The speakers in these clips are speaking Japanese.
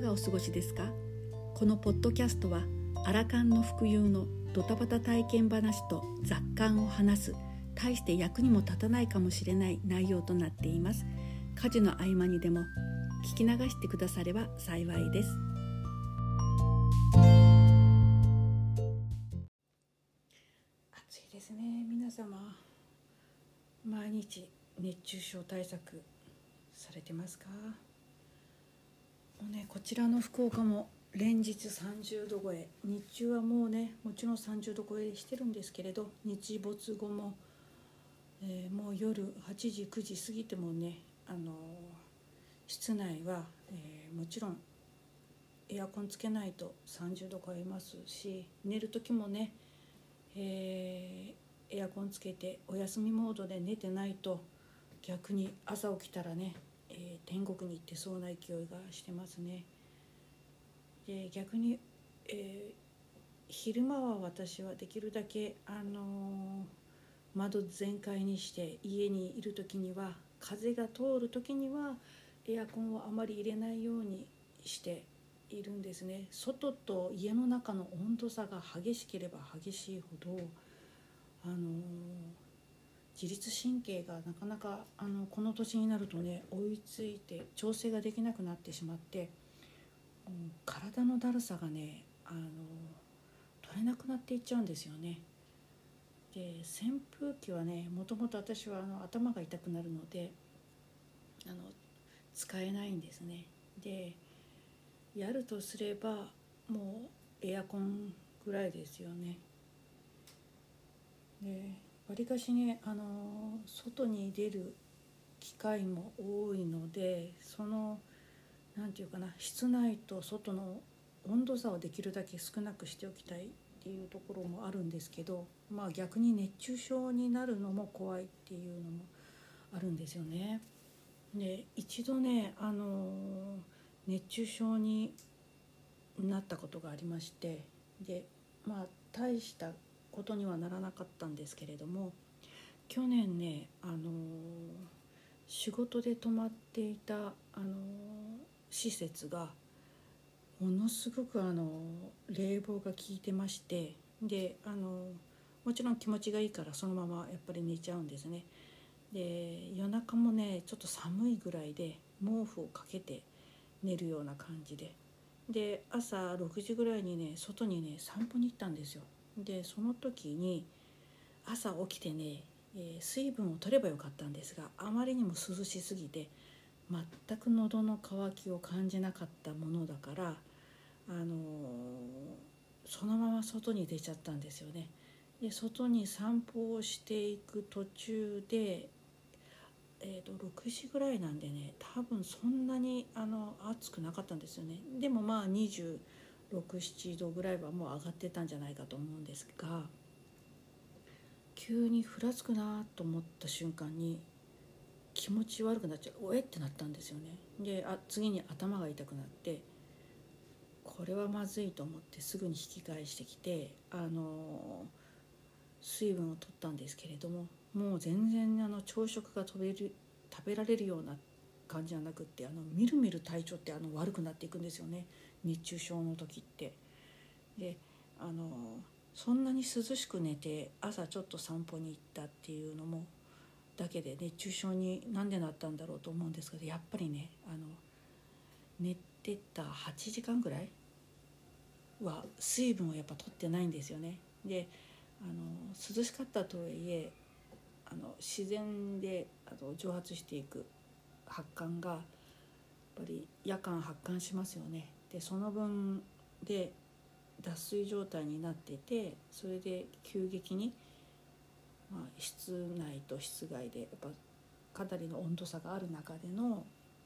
がお過ごしですか？このポッドキャストはアラカンの福有のドタバタ体験話と雑感を話す、大して役にも立たないかもしれない内容となっています。家事の合間にでも聞き流してくだされば幸いです。暑いですね。皆様、毎日熱中症対策されてますか？もうね、こちらの福岡も連日30度超え、日中はもうね、もちろん30度超えしてるんですけれど、日没後も、もう夜8時9時過ぎてもね、室内は、もちろんエアコンつけないと30度超えますし、寝る時もね、エアコンつけてお休みモードで寝てないと逆に朝起きたらね、天国に行ってそうな勢いがしてますね。で逆に、昼間は私はできるだけ、窓全開にして家にいる時には、風が通る時にはエアコンをあまり入れないようにしているんですね。外と家の中の温度差が激しければ激しいほど、自律神経がなかなかこの年になるとね、追いついて調整ができなくなってしまって、体のだるさがね、取れなくなっていっちゃうんですよね。で扇風機はね、もともと私は頭が痛くなるので使えないんですね。でやるとすればもうエアコンぐらいですよね。でわりかしね、外に出る機会も多いので、なんていうかな、室内と外の温度差をできるだけ少なくしておきたいっていうところもあるんですけど、逆に熱中症になるのも怖いっていうのもあるんですよね。で一度ね、熱中症になったことがありまして、で大したことにはならなかったんですけれども、去年ね、仕事で泊まっていた、施設がものすごく冷房が効いてまして、でもちろん気持ちがいいからそのままやっぱり寝ちゃうんですね。で夜中もね、ちょっと寒いぐらいで毛布をかけて寝るような感じで朝6時ぐらいにね、外にね散歩に行ったんですよ。でその時に朝起きてね、水分を取ればよかったんですが、あまりにも涼しすぎて全く喉の渇きを感じなかったものだから、そのまま外に出ちゃったんですよね。で外に散歩をしていく途中で、6時ぐらいなんでね、多分そんなに暑くなかったんですよね。でも26、7度ぐらいはもう上がってたんじゃないかと思うんですが、急にふらつくなと思った瞬間に気持ち悪くなっちゃう、おえってなったんですよね。で次に頭が痛くなって、これはまずいと思ってすぐに引き返してきて、水分を取ったんですけれども、もう全然朝食が食べられるような感じじゃなくって、みるみる体調って悪くなっていくんですよね、熱中症の時って。でそんなに涼しく寝て朝ちょっと散歩に行ったっていうのもだけで熱中症になんでなったんだろうと思うんですけど、やっぱりね、寝てた8時間ぐらいは水分をやっぱ取ってないんですよね。で涼しかったとはいえ自然で蒸発していく発汗がやっぱり夜間発汗しますよね。でその分で脱水状態になってて、それで急激に、室内と室外でやっぱかなりの温度差がある中での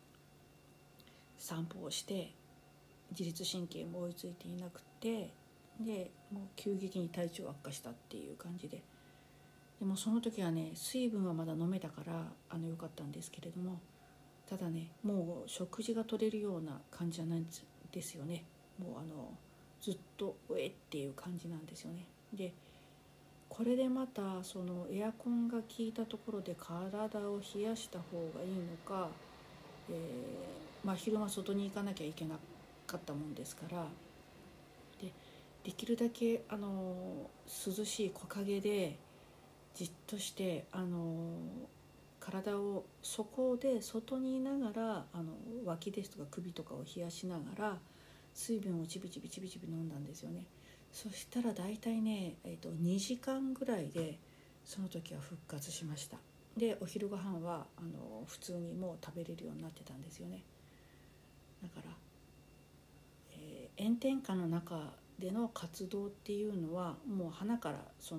散歩をして、自律神経も追いついていなくて、でもう急激に体調悪化したっていう感じで、でもその時はね、水分はまだ飲めたから良かったんですけれども、ただね、もう食事が取れるような感じじゃないんですよね。もうずっとっていう感じなんですよね。でこれでまたそのエアコンが効いたところで体を冷やした方がいいのか、昼間外に行かなきゃいけなかかったもんですから、できるだけ涼しい木陰でじっとして体をそこで外にいながら脇ですとか首とかを冷やしながら水分をちびちび飲んだんですよね。そしたら大体ね、2時間ぐらいでその時は復活しました。でお昼ご飯は普通にもう食べれるようになってたんですよね。だから、炎天下の中での活動っていうのはもう鼻から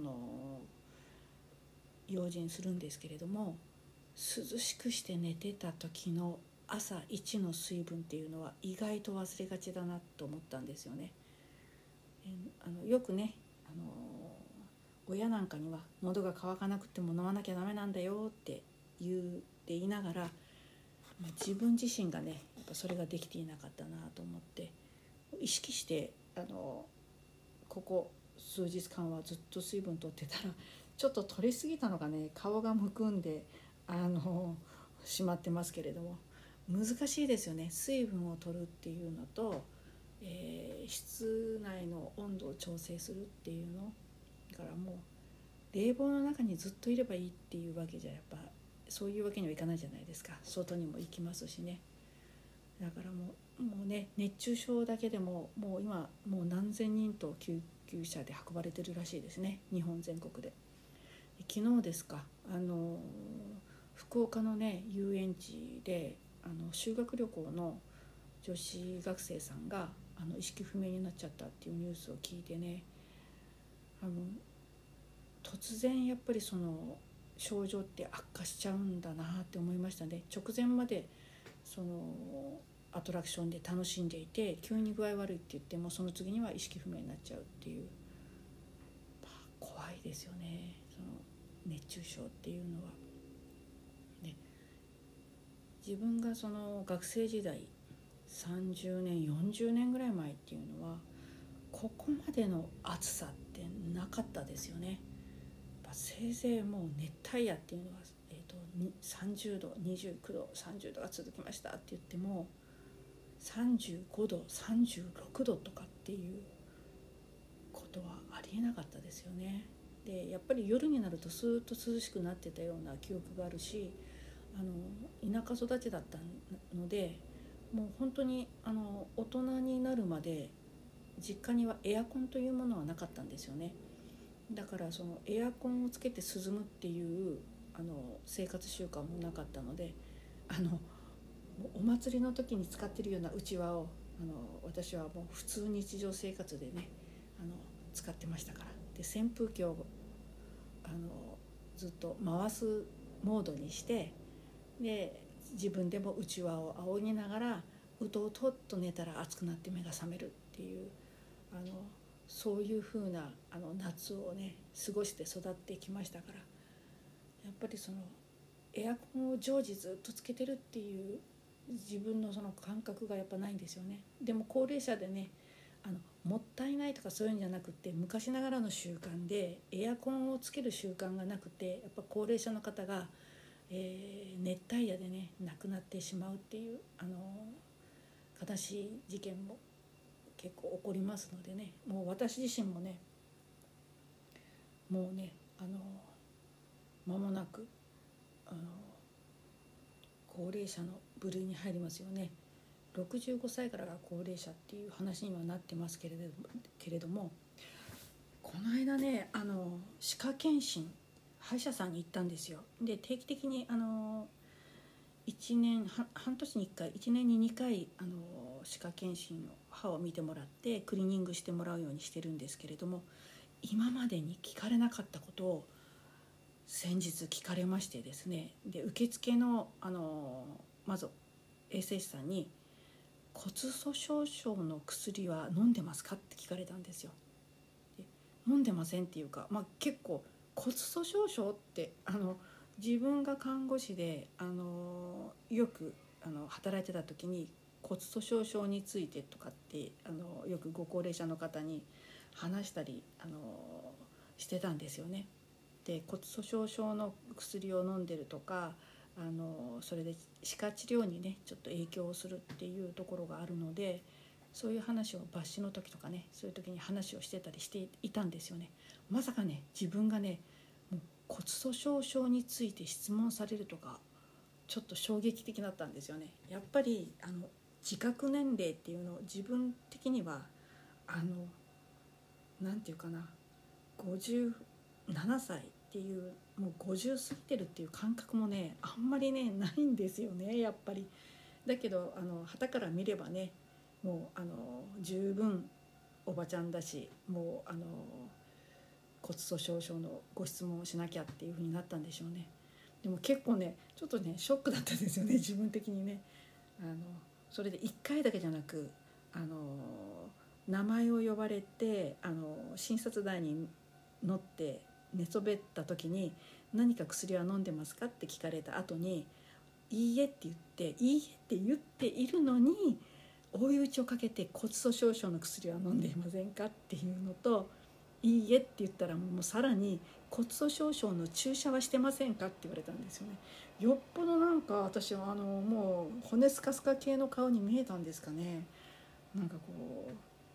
用心するんですけれども、涼しくして寝てた時の朝一の水分っていうのは意外と忘れがちだなと思ったんですよね。よくね、親なんかには喉が渇かなくても飲まなきゃダメなんだよって言いながら、自分自身がねやっぱそれができていなかったなと思って、意識してここ数日間はずっと水分取ってたらちょっと取りすぎたのがね、顔がむくんでしまってますけれども、難しいですよね。水分を取るっていうのと、室内の温度を調整するっていうのだから、もう冷房の中にずっといればいいっていうわけじゃやっぱそういうわけにはいかないじゃないですか。外にも行きますしね。だからもうね、熱中症だけでももう今もう何千人と救急車で運ばれてるらしいですね、日本全国で。昨日ですか、福岡のね遊園地で修学旅行の女子学生さんが意識不明になっちゃったっていうニュースを聞いてね、突然やっぱりその症状って悪化しちゃうんだなって思いましたね。直前までそのアトラクションで楽しんでいて、急に具合悪いって言ってもその次には意識不明になっちゃうっていう、怖いですよね、その熱中症っていうのは。で自分がその学生時代30年40年ぐらい前っていうのはここまでの暑さってなかったですよね。せいぜいもう熱帯夜っていうのは、30度29度30度が続きましたって言っても35度36度とかっていうことはありえなかったですよね。でやっぱり夜になるとスーッと涼しくなってたような記憶があるし、田舎育ちだったので、もう本当に大人になるまで実家にはエアコンというものはなかったんですよね。だからそのエアコンをつけて涼むっていう生活習慣もなかったので、お祭りの時に使ってるようなうちわを私はもう普通日常生活でね使ってましたから。で扇風機をずっと回すモードにして、で自分でもうちわを仰ぎながらうとうとっと寝たら暑くなって目が覚めるっていうそういう風な夏をね過ごして育ってきましたから、やっぱりそのエアコンを常時ずっとつけてるっていう自分のその感覚がやっぱないんですよね。でも高齢者でねもったいないとかそういうんじゃなくて、昔ながらの習慣でエアコンをつける習慣がなくて、やっぱ高齢者の方が、熱帯夜でね亡くなってしまうっていう悲しい事件も結構起こりますのでね、もう私自身もねもうね間もなく高齢者の部類に入りますよね。65歳からが高齢者っていう話にはなってますけれども、この間ね歯科検診、歯医者さんに行ったんですよ。で定期的に1年半年に1回1年に2回歯科検診を歯を見てもらってクリーニングしてもらうようにしてるんですけれども、今までに聞かれなかったことを先日聞かれましてですね。で受付のまず衛生士さんに骨粗しょう症の薬は飲んでますかって聞かれたんですよ。で飲んでませんっていうか、結構骨粗しょう症って自分が看護師でよく働いてた時に骨粗しょう症についてとかってよくご高齢者の方に話したりしてたんですよね。で骨粗しょう症の薬を飲んでるとかそれで歯科治療にねちょっと影響するっていうところがあるので、 そういう話を抜歯の時とかね、そういう時に話をしてたりしていたんですよね。まさかね、自分がねもう骨粗しょう症について質問されるとか、ちょっと衝撃的だったんですよね。やっぱり自覚年齢っていうのを自分的にはなんていうかな、57歳っていう、もう50過ぎてるっていう感覚もねあんまりねないんですよね、やっぱり。だけど傍から見ればね、もう十分おばちゃんだし、もう骨粗しょう症のご質問をしなきゃっていう風になったんでしょうね。でも結構ねちょっとねショックだったんですよね、自分的にね。それで1回だけじゃなく名前を呼ばれて診察台に乗って寝そべった時に何か薬は飲んでますかって聞かれた後にいいえって言っていいえって言っているのに追い打ちをかけて骨粗しょう症の薬は飲んでいませんかっていうのと、いいえって言ったらもうさらに骨粗しょう症の注射はしてませんかって言われたんですよね。よっぽどなんか私はもう骨スカスカ系の顔に見えたんですかね。なんかこう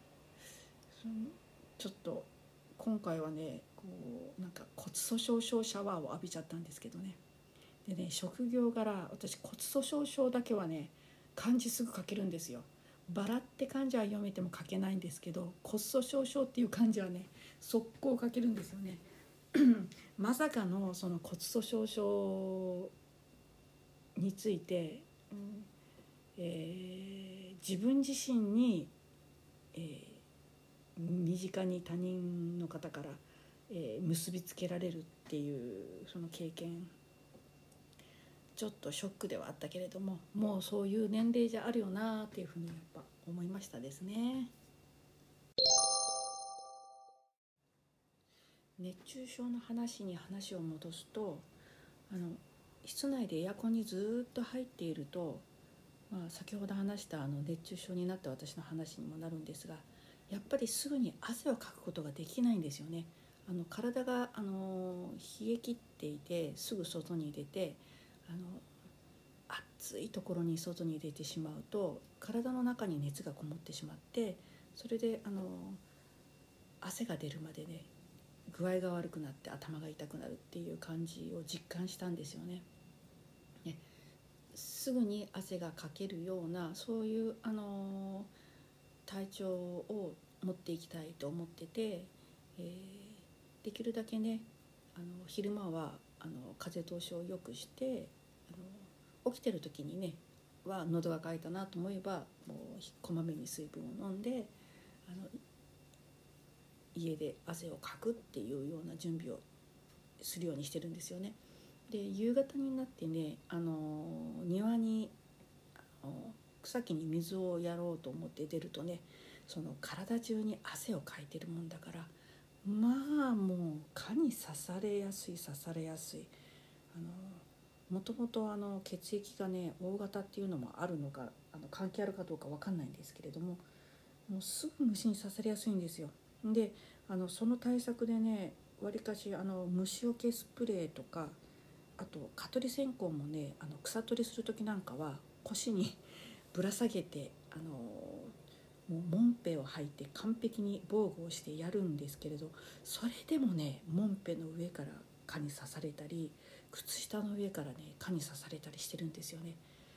ちょっと今回はねこうなんか骨粗しょう症シャワーを浴びちゃったんですけどね。でね、職業柄私骨粗しょう症だけはね漢字すぐ書けるんですよ。バラって漢字は読めても書けないんですけど、骨粗しょう症っていう漢字はね速攻書けるんですよね。まさかのその骨粗しょう症について、自分自身に、身近に他人の方から、結びつけられるっていうその経験、ちょっとショックではあったけれども、もうそういう年齢じゃあるよなっていうふうにやっぱ思いましたですね。熱中症の話を戻すと、室内でエアコンにずっと入っていると、先ほど話した熱中症になった私の話にもなるんですが、やっぱりすぐに汗をかくことができないんですよね。体が冷え切っていてすぐ外に出て暑いところに外に出てしまうと体の中に熱がこもってしまって、それで汗が出るまでね具合が悪くなって頭が痛くなるっていう感じを実感したんですよね。すぐに汗がかけるようなそういう体調を持っていきたいと思ってて、できるだけね昼間は風通しを良くして、起きてる時にねは喉が渇いたなと思えばもうこまめに水分を飲んで家で汗をかくっていうような準備をするようにしてるんですよね。で夕方になってね庭に草木に水をやろうと思って出るとね、その体中に汗をかいてるもんだから、もう蚊に刺されやすい。もともと血液がね O 型っていうのもあるのか関係あるかどうか分かんないんですけれども、もうすぐ虫に刺されやすいんですよ。でその対策でねわりかし虫除けスプレーとか、あと蚊取り線香もね草取りする時なんかは腰にぶら下げてもうもんぺを履いて完璧に防護をしてやるんですけれど、それでもねもんぺの上から蚊に刺されたり靴下の上からね蚊に刺されたりしてるんですよね。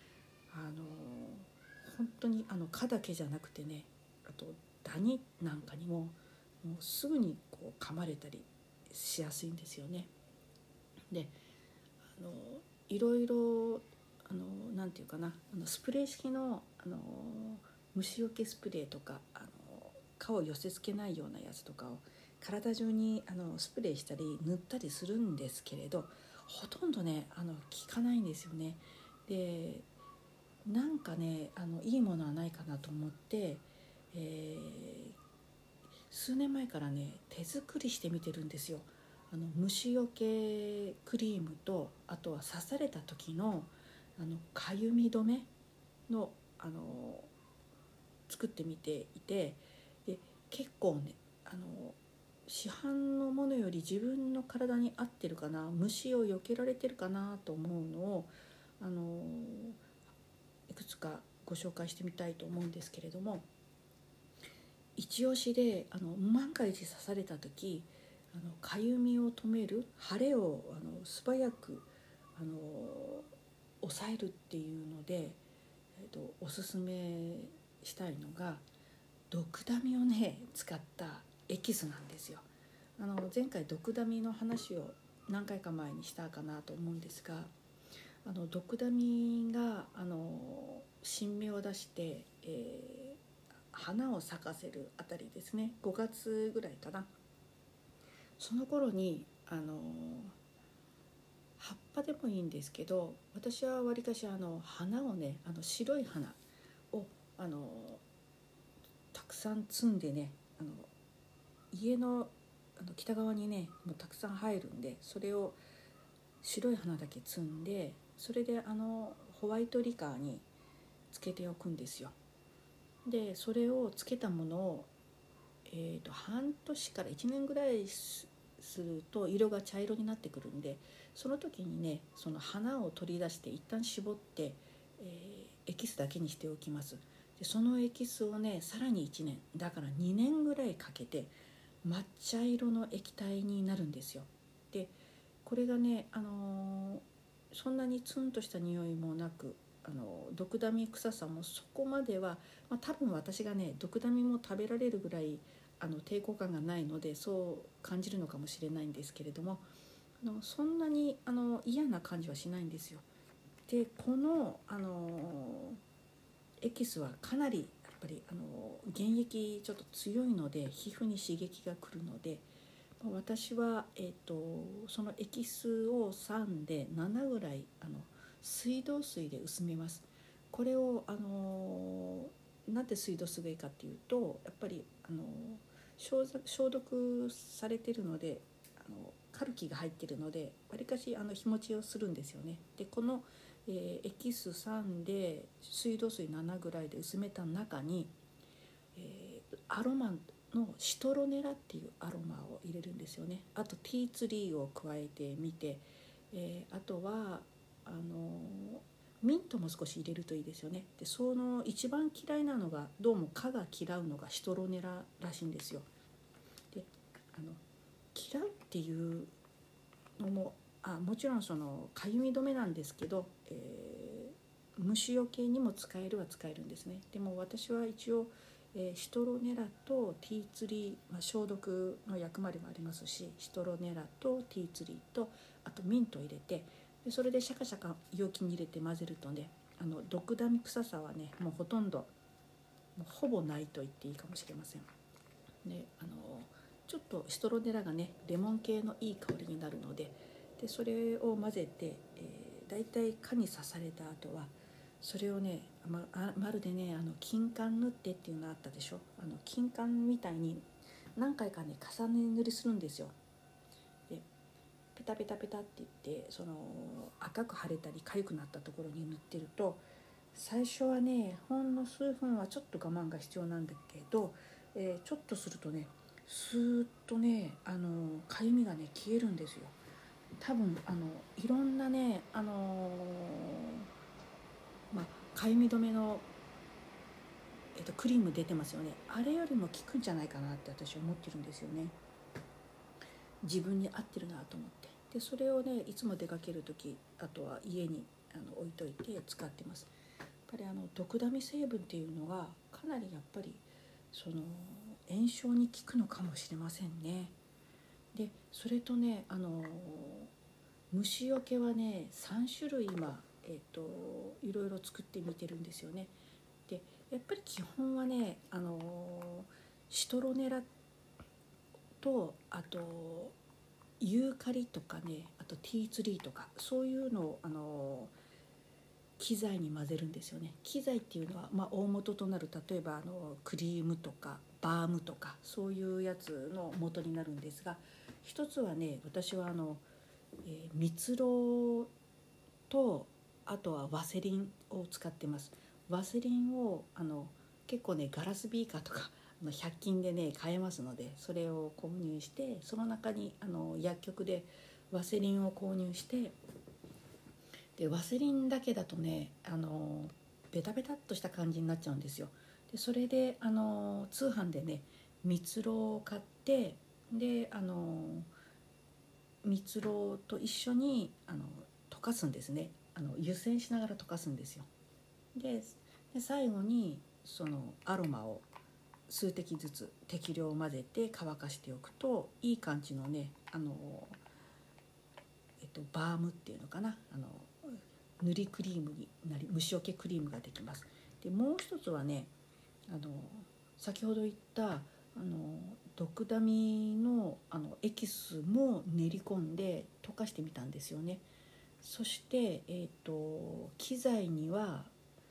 本当に蚊だけじゃなくてね、あとダニなんかにももうすぐにこう噛まれたりしやすいんですよね。でいろいろなんていうかなスプレー式の虫除けスプレーとか蚊を寄せ付けないようなやつとかを体中にスプレーしたり塗ったりするんですけれど、ほとんどね効かないんですよね。でなんかねいいものはないかなと思って、数年前からね手作りしてみてるんですよ。虫除けクリームと、あとは刺された時のかゆみ止めの作ってみていて、で結構ね市販のものより自分の体に合ってるかな、虫を避けられてるかなと思うのをいくつかご紹介してみたいと思うんですけれども、 一押しで万が一刺された時かゆみを止める腫れを素早く抑えるっていうので、おすすめしたいのが毒ダミをね使ったエキスなんですよ。前回毒ダミの話を何回か前にしたかなと思うんですが、毒ダミが新芽を出して、花を咲かせるあたりですね、5月ぐらいかな。その頃に葉っぱでもいいんですけど、私はわりかし花をね白い花をたくさん摘んでね、家の北側にねもうたくさん生えるんで、それを白い花だけ摘んで、それでホワイトリカーにつけておくんですよ。でそれをつけたものを、半年から1年ぐらいすると色が茶色になってくるんで、その時にねその花を取り出して一旦絞って、エキスだけにしておきます。でそのエキスをねさらに1年だから2年ぐらいかけて抹茶色の液体になるんですよ。でこれがね、そんなにツンとした匂いもなく、毒ダミ臭さもそこまでは、多分私がね毒ダミも食べられるぐらい抵抗感がないのでそう感じるのかもしれないんですけれども、そんなに嫌な感じはしないんですよ。でこの、エキスはかなりやっぱり原液ちょっと強いので皮膚に刺激が来るので、私は、そのエキスを3で7ぐらい水道水で薄めます。これをなんで水道すべきかっていうと、やっぱり消毒されてるのでカルキが入ってるのでわりかし日持ちをするんですよね。でこの、エキス3で水道水7ぐらいで薄めた中に、アロマのシトロネラっていうアロマを入れるんですよね。あとティーツリーを加えてみて、あとはミントも少し入れるといいですよね。でその一番嫌いなのがどうも蚊が嫌うのがシトロネラらしいんですよ。で嫌うっていうのももちろんそのかゆみ止めなんですけど、虫除けにも使えるは使えるんですね。でも私は一応シトロネラとティーツリー、消毒の役割もありますし、シトロネラとティーツリーとあとミントを入れて、でそれでシャカシャカ容器に入れて混ぜるとね毒ダミ臭さはねもうほとんどもうほぼないと言っていいかもしれません。でちょっとシトロネラがねレモン系のいい香りになるので、それを混ぜて、だいたい蚊に刺された後はそれをね まるでね金柑塗ってっていうのあったでしょ。金柑みたいに何回かね重ね塗りするんですよ。でペタペタペタって言ってその赤く腫れたり痒くなったところに塗ってると、最初はねほんの数分はちょっと我慢が必要なんだけど、ちょっとするとねスーッとね痒みがね消えるんですよ。多分いろんなねかゆみ止めの、クリーム出てますよね。あれよりも効くんじゃないかなって私は思ってるんですよね。自分に合ってるなと思って。でそれをねいつも出かける時あとは家に置いといて使ってます。やっぱり毒ダミ成分っていうのがかなりやっぱりその炎症に効くのかもしれませんね。でそれとね虫除けはね3種類今、いろいろ作ってみてるんですよね。でやっぱり基本はねシトロネラとあとユーカリとかね、あとティーツリーとかそういうのを機材に混ぜるんですよね。機材っていうのは、大元となる例えばクリームとかバームとかそういうやつの元になるんですが、一つはね私は蜜蝋とあとはワセリンを使ってます。ワセリンを結構ねガラスビーカーとか100均でね買えますので、それを購入してその中に薬局でワセリンを購入して、でワセリンだけだとねベタベタっとした感じになっちゃうんですよ。 でそれで通販でね蜜蝋を買って、で蜜蝋と一緒に溶かすんですね。湯煎しながら溶かすんですよ。で最後にそのアロマを数滴ずつ適量混ぜて乾かしておくといい感じのねバームっていうのかな、塗りクリームになり虫除けクリームができます。でもう一つはね先ほど言ったドクダミのエキスも練り込んで溶かしてみたんですよね。そして、機材には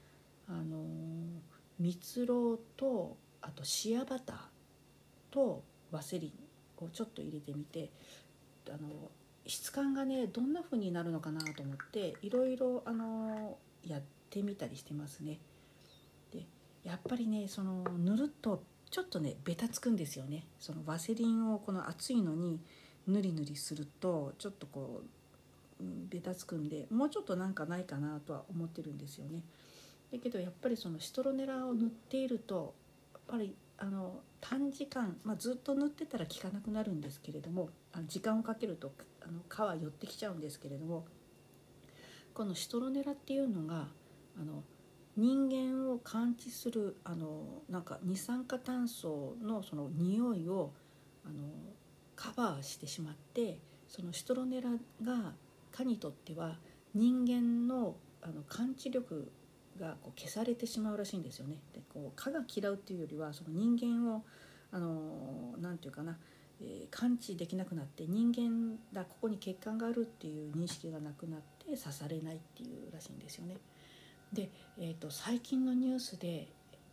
蜜蝋とあとシアバターとワセリンをちょっと入れてみて、質感がねどんな風になるのかなと思っていろいろやってみたりしてますね。でやっぱりねその塗るとちょっとねベタつくんですよね。そのワセリンをこの熱いのに塗り塗りするとちょっとこう、ベタつくんで、もうちょっとなんかないかなとは思ってるんですよね。だけどやっぱりそのシトロネラを塗っているとやっぱり短時間、ずっと塗ってたら効かなくなるんですけれども、時間をかけると皮寄ってきちゃうんですけれども、このシトロネラっていうのが人間を感知するなんか二酸化炭素のその匂いをカバーしてしまって、そのシトロネラが蚊にとっては人間の感知力がこう消されてしまうらしいんですよね。でこう蚊が嫌うっていうよりはその人間をなんていうかな、感知できなくなって人間だここに血管があるっていう認識がなくなって刺されないっていうらしいんですよね。で、最近のニュースで、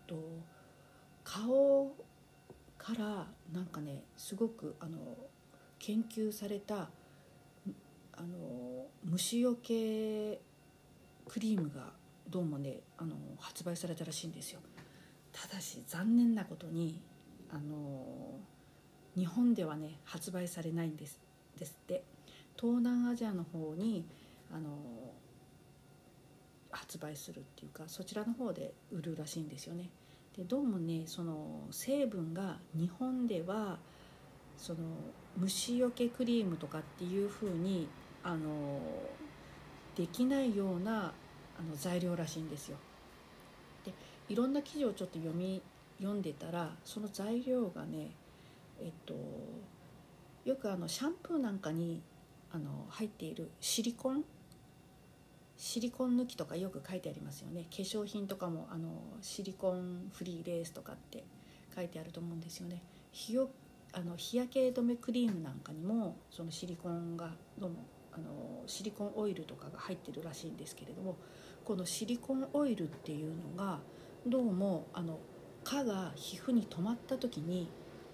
顔からなんかねすごく研究された虫除けクリームがどうもね発売されたらしいんですよ。ただし残念なことに日本ではね発売されないんですって。東南アジアの方に発売するっていうか、そちらの方で売るらしいんですよね。でどうもねその成分が日本ではその虫除けクリームとかっていう風にできないような材料らしいんですよ。でいろんな記事をちょっと読んでたら、その材料がねよくシャンプーなんかに入っているシリコン抜きとかよく書いてありますよね。化粧品とかもシリコンフリーレースとかって書いてあると思うんですよね。日焼け止めクリームなんかにもそのシリコンがどうもシリコンオイルとかが入ってるらしいんですけれども、このシリコンオイルっていうのがどうも蚊が皮膚に止まった時に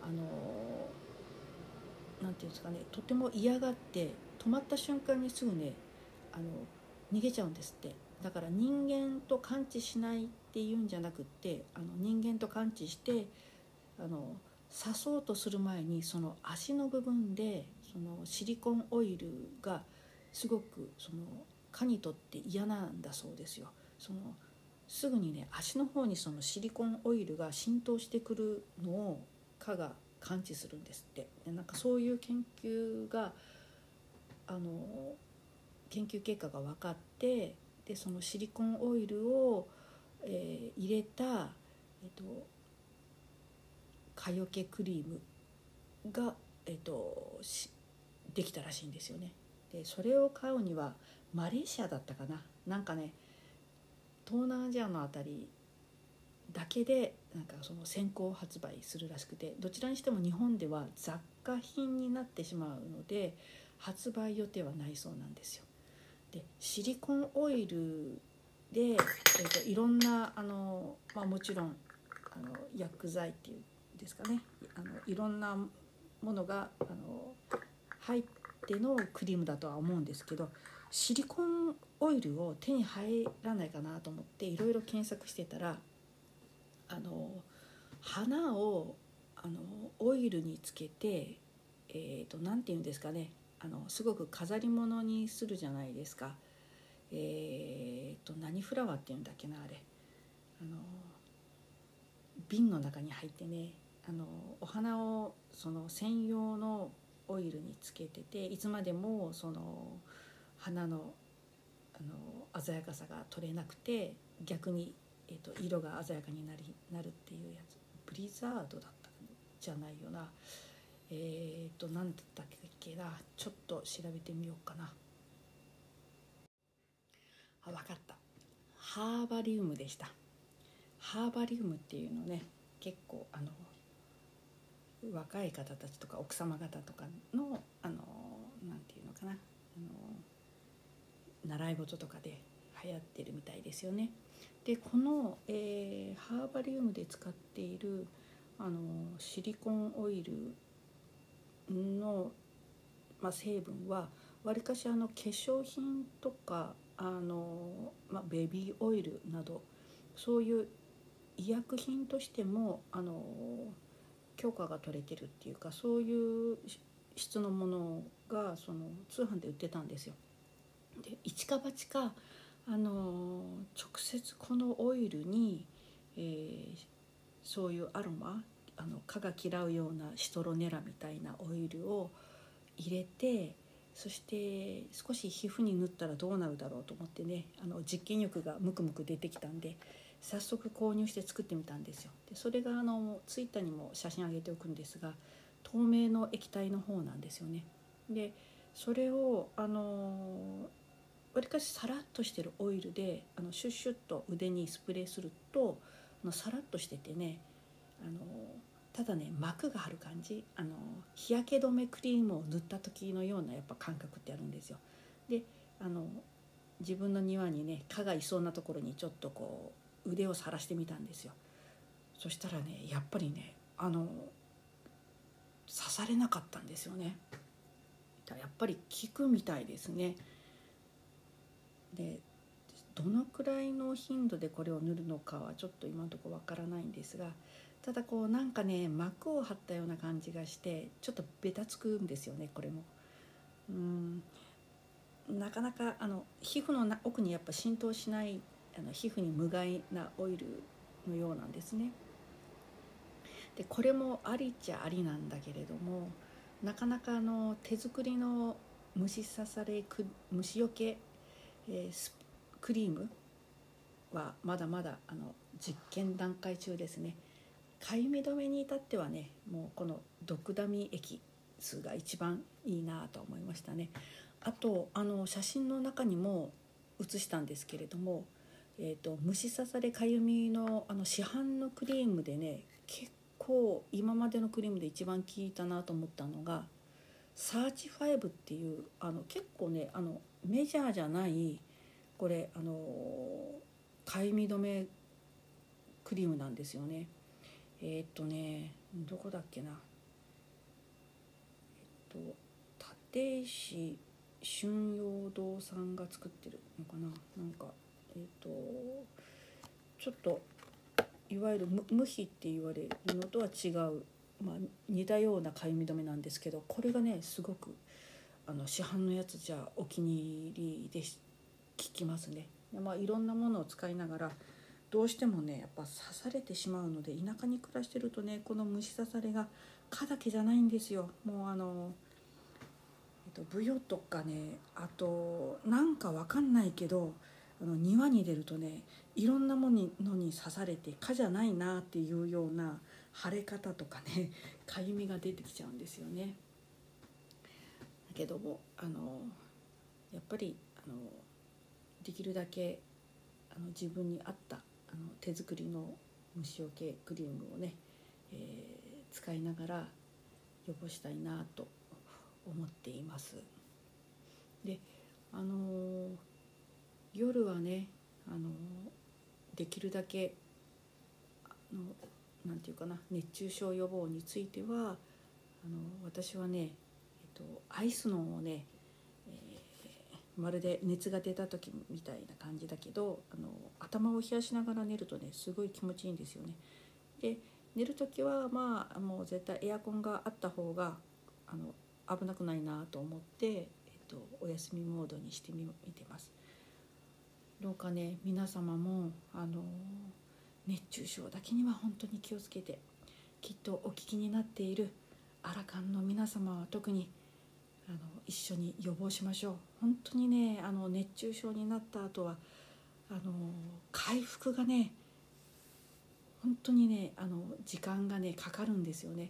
なんていうんですかね、とても嫌がって止まった瞬間にすぐね逃げちゃうんですって。だから人間と感知しないっていうんじゃなくって、人間と感知して刺そうとする前にその足の部分でそのシリコンオイルがすごくその蚊にとって嫌なんだそうですよ。すぐにね足の方にそのシリコンオイルが浸透してくるのを蚊が感知するんですって。なんかそういう研究結果が分かって、でそのシリコンオイルを、入れた、蚊よけクリームが、できたらしいんですよね。でそれを買うにはマレーシアだったかな、なんかね東南アジアのあたりだけでなんかその先行発売するらしくて、どちらにしても日本では雑貨品になってしまうので発売予定はないそうなんですよ。でシリコンオイルで、いろんなもちろん薬剤っていうんですかね、いろんなものが入ってのクリームだとは思うんですけど、シリコンオイルを手に入らないかなと思っていろいろ検索してたら花をオイルにつけてなんていうんですかね、すごく飾り物にするじゃないですか。何フラワーっていうんだっけな、あれ瓶の中に入ってね、お花をその専用のオイルにつけてて、いつまでもその花の鮮やかさが取れなくて、逆に、色が鮮やかになるっていうやつ、ブリザードだったんじゃないよな、何だったっけな、ちょっと調べてみようかな。分かった、ハーバリウムでした。ハーバリウムっていうのね、結構若い方たちとか奥様方とかのなんていうのかな、習い事とかで流行ってるみたいですよね。でこの、ハーバリウムで使っているシリコンオイルの、成分はわりかし化粧品とかベビーオイルなど、そういう医薬品としても許可が取れてるっていうか、そういう質のものがその通販で売ってたんですよ。で一か八か直接このオイルに、そういうアロマ、蚊が嫌うようなシトロネラみたいなオイルを入れて、そして少し皮膚に塗ったらどうなるだろうと思ってね、実験欲がムクムク出てきたんで、早速購入して作ってみたんですよ。でそれがツイッターにも写真上げておくんですが、透明の液体の方なんですよね。でそれをわりかしサラッとしてるオイルでシュッシュッと腕にスプレーするとサラッとしててね、ただね膜が張る感じ、日焼け止めクリームを塗った時のようなやっぱ感覚ってあるんですよ。で自分の庭にね蚊がいそうなところにちょっとこう腕をさらしてみたんですよ。そしたらねやっぱりね刺されなかったんですよね。やっぱり効くみたいですね。でどのくらいの頻度でこれを塗るのかはちょっと今のところわからないんですが、ただこうなんかね膜を張ったような感じがしてちょっとベタつくんですよね。これもなかなか皮膚の奥にやっぱ浸透しない皮膚に無害なオイルのようなんですね。でこれもありっちゃありなんだけれども、なかなか手作りの虫よけ、クリームはまだまだ実験段階中ですね。かゆみ止めに至ってはね、もうこの毒ダミ液数が一番いいなと思いましたね。あと写真の中にも写したんですけれども、虫刺されかゆみの市販のクリームでね、結構今までのクリームで一番効いたなと思ったのがサーチ5っていう結構ねメジャーじゃないこれかゆみ止めクリームなんですよね。どこだっけな、立石春陽堂さんが作ってるのかな、なんかちょっといわゆる無比って言われるのとは違う、似たようなかゆみ止めなんですけど、これがねすごく市販のやつじゃお気に入りで効きますね。いろんなものを使いながらどうしてもねやっぱ刺されてしまうので、田舎に暮らしてるとねこの虫刺されが蚊だけじゃないんですよ。もうブヨとかね、あとなんかわかんないけど庭に出るとねいろんなものに刺されて蚊じゃないなっていうような腫れ方とかねかゆみが出てきちゃうんですよね。だけどもやっぱりできるだけ自分に合った手作りの虫除けクリームをね、使いながら予防したいなと思っています。で夜はねできるだけなんていうかな、熱中症予防については私はね、アイスのをね、まるで熱が出た時みたいな感じだけど頭を冷やしながら寝るとねすごい気持ちいいんですよね。で寝る時はもう絶対エアコンがあった方が危なくないなと思って、お休みモードにしてみてます。どうかね皆様も熱中症だけには本当に気をつけて、きっとお聞きになっているアラカンの皆様は特に一緒に予防しましょう。本当にね、熱中症になった後は回復がね本当にね時間がねかかるんですよね。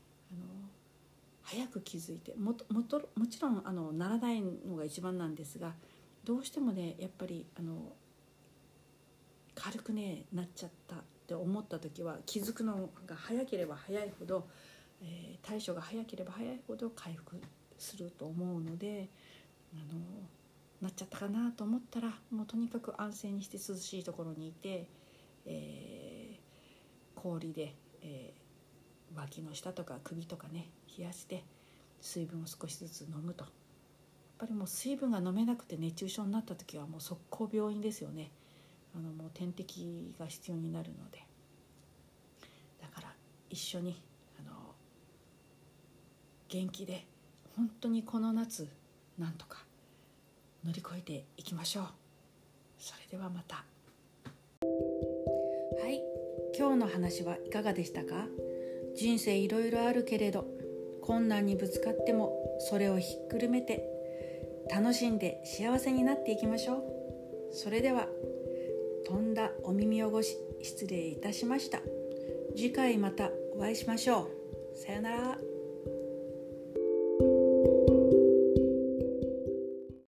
早く気づいてもちろんならないのが一番なんですが、どうしてもねやっぱり軽くねなっちゃったって思った時は気づくのが早ければ早いほど、対処が早ければ早いほど回復すると思うので、なっちゃったかなと思ったらもうとにかく安静にして涼しいところにいて、氷で、脇の下とか首とかね冷やして水分を少しずつ飲むと。やっぱりもう水分が飲めなくて熱中症になった時はもう速攻病院ですよね。もう点滴が必要になるので、だから一緒に元気で本当にこの夏なんとか乗り越えていきましょう。それではまた。はい、今日の話はいかがでしたか？人生いろいろあるけれど、困難にぶつかってもそれをひっくるめて楽しんで幸せになっていきましょう。それではとんだお耳汚し失礼いたしました。次回またお会いしましょう。さよなら。